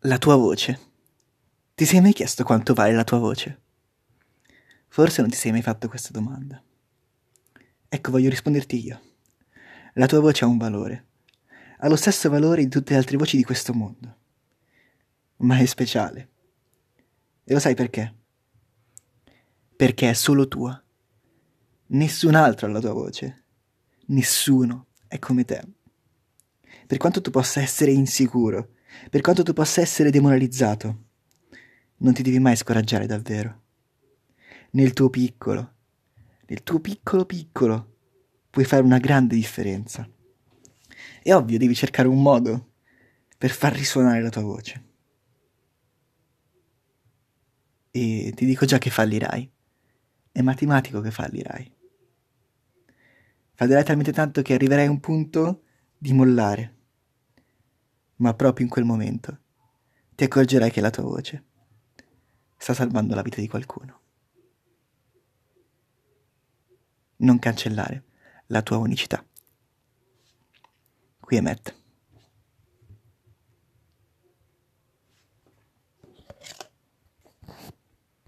La tua voce. Ti sei mai chiesto quanto vale la tua voce? Forse non ti sei mai fatto questa domanda. Ecco, voglio risponderti io. La tua voce ha un valore. Ha lo stesso valore di tutte le altre voci di questo mondo. Ma è speciale. E lo sai perché? Perché è solo tua. Nessun altro ha la tua voce. Nessuno è come te. Per quanto tu possa essere insicuro, per quanto tu possa essere demoralizzato, non ti devi mai scoraggiare davvero. Nel tuo piccolo piccolo, puoi fare una grande differenza. È ovvio, devi cercare un modo per far risuonare la tua voce. E ti dico già che fallirai. È matematico che fallirai. Fallirai talmente tanto che arriverai a un punto di mollare. Ma proprio in quel momento ti accorgerai che la tua voce sta salvando la vita di qualcuno. Non cancellare la tua unicità. Qui è Matt.